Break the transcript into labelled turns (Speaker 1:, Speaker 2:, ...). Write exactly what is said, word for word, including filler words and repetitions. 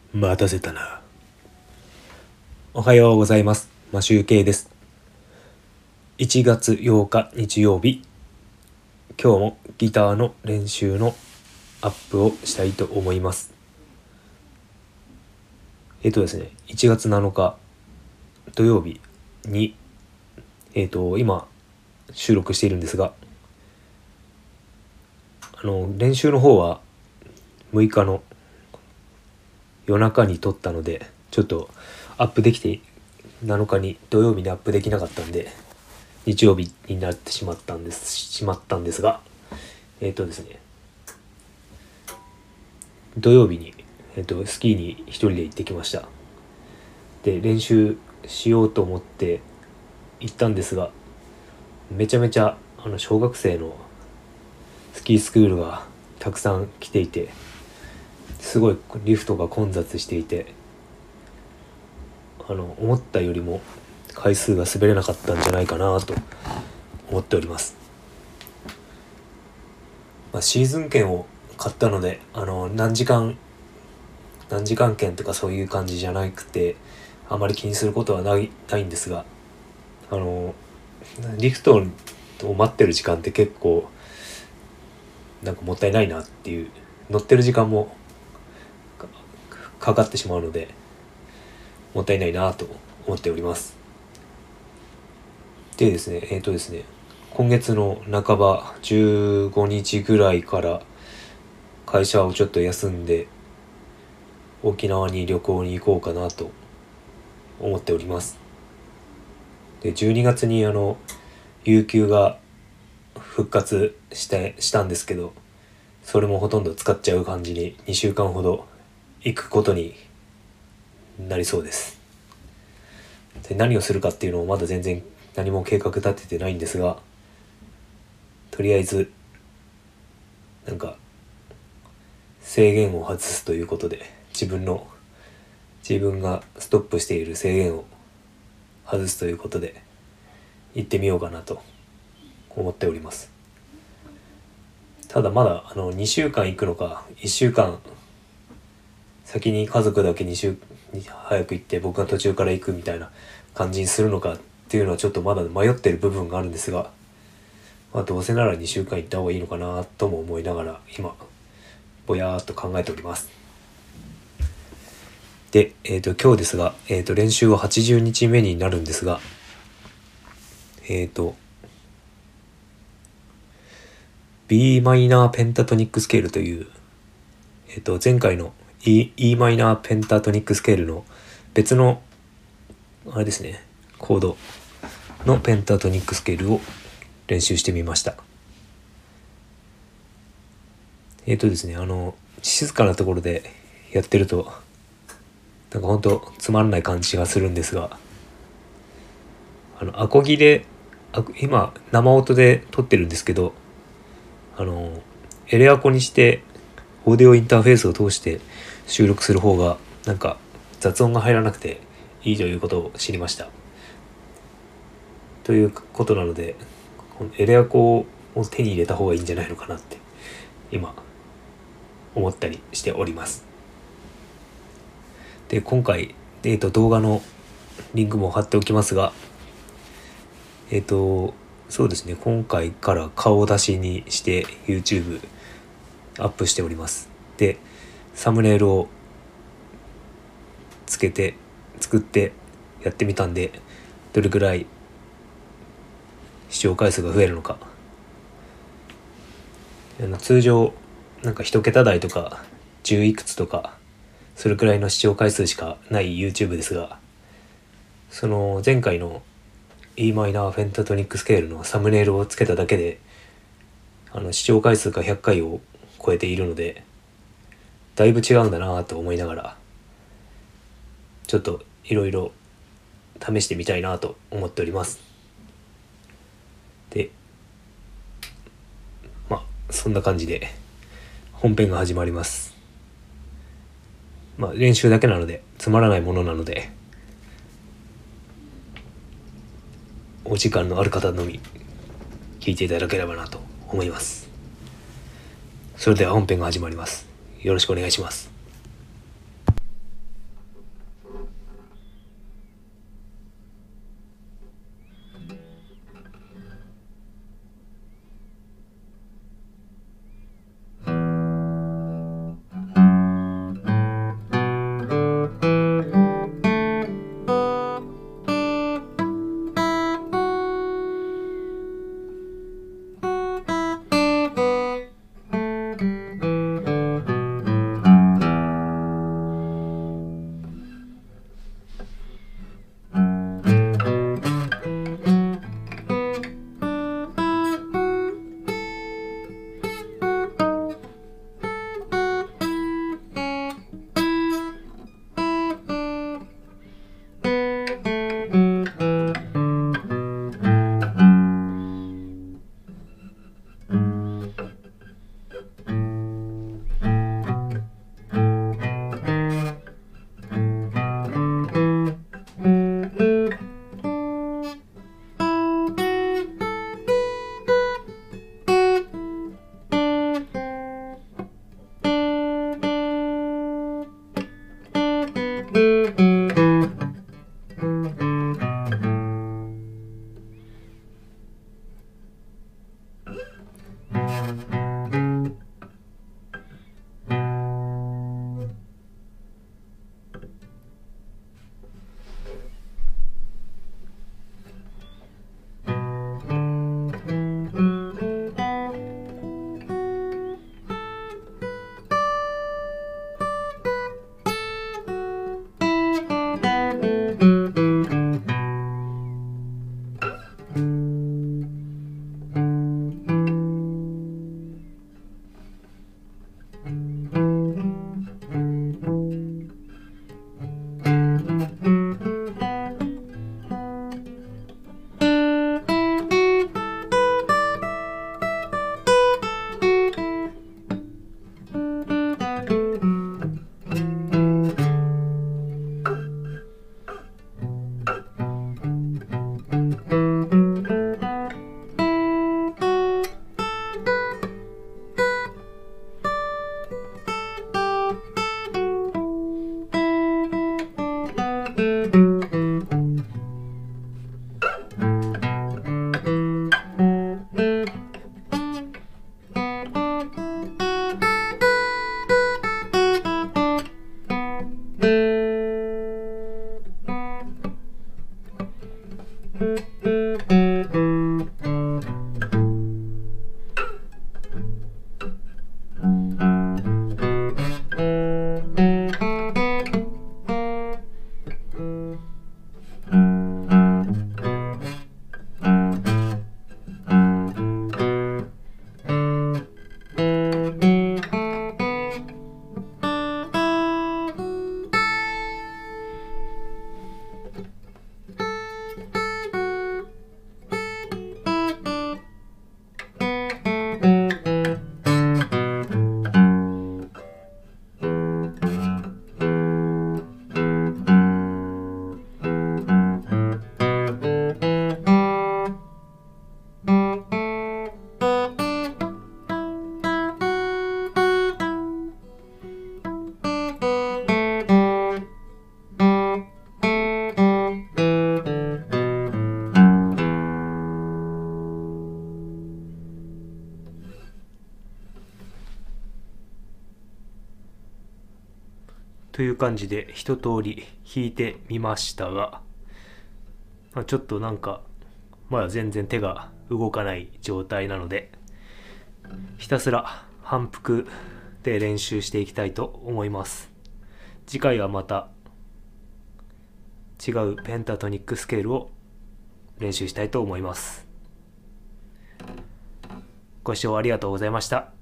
Speaker 1: 待たせたな。おはようございます。マシュウケイです。いちがつようか日曜日、今日もギターの練習のアップをしたいと思います。えっとですねいちがつなのか土曜日にえっと今収録しているんですが、あの練習の方はむいかの夜中に撮ったので、ちょっとアップできてなのかに土曜日にアップできなかったんで日曜日になってしまったんですしまったんですが、えっとですね土曜日に、えっと、スキーに一人で行ってきました。で練習しようと思って行ったんですが、めちゃめちゃあの小学生のスキースクールがたくさん来ていて、すごいリフトが混雑していて、あの思ったよりも回数が滑れなかったんじゃないかなと思っております。まあ、シーズン券を買ったので、あの何時間何時間券とかそういう感じじゃなくて、あまり気にすることはないないんですが、あのリフトを待ってる時間って結構なんかもったいないなっていう、乗ってる時間もかかってしまうのでもったいないなと思っております。でですねえっ、ー、とですね今月の半ばじゅうごにちぐらいから会社をちょっと休んで沖縄に旅行に行こうかなと思っております。でじゅうにがつにあの有給が復活してしたんですけど、それもほとんど使っちゃう感じににしゅうかんほど行くことになりそうです。で何をするかっていうのをまだ全然何も計画立ててないんですが、とりあえずなんか制限を外すということで、自分の自分がストップしている制限を外すということで行ってみようかなと思っております。ただまだあのにしゅうかん行くのかいっしゅうかん先に家族だけに週早く行って僕が途中から行くみたいな感じにするのかっていうのはちょっとまだ迷ってる部分があるんですが、まあ、どうせならにしゅうかん行った方がいいのかなとも思いながら今ぼやーっと考えております。で、えー、と今日ですが、えー、と練習ははちじゅうにちめになるんですが、えっ、ー、と B マイナーペンタトニックスケールという、えー、と前回の E, E マイナーペンタトニックスケールの別のあれですねコードのペンタトニックスケールを練習してみました。えっ、ー、とですねあの静かなところでやってるとなんかほんとつまらない感じがするんですが、あのアコギで今生音で撮ってるんですけど、あのエレアコにしてオーディオインターフェースを通して収録する方がなんか雑音が入らなくていいということを知りました。ということなのでエレアコを手に入れた方がいいんじゃないのかなって今思ったりしております。で今回、えー、と動画のリンクも貼っておきますが、えっ、ー、とそうですね今回から顔出しにして YouTube アップしております。でサムネイルをつけて作ってやってみたんで、どれくらい視聴回数が増えるのか。あの通常なんか一桁台とかじゅういくつとかそれくらいの視聴回数しかない YouTube ですが、その前回の E マイナーペンタトニックスケールのサムネイルをつけただけであの視聴回数がひゃっかいを超えているので、だいぶ違うんだなと思いながらちょっといろいろ試してみたいなと思っております。でまあそんな感じで本編が始まります。まあ練習だけなのでつまらないものなので、お時間のある方のみ聞いていただければなと思います。それでは本編が始まります。よろしくお願いします。 という感じで一通り弾いてみましたが、まあ、ちょっとなんかまだ全然手が動かない状態なので、ひたすら反復で練習していきたいと思います。次回はまた違うペンタトニックスケールを練習したいと思います。ご視聴ありがとうございました。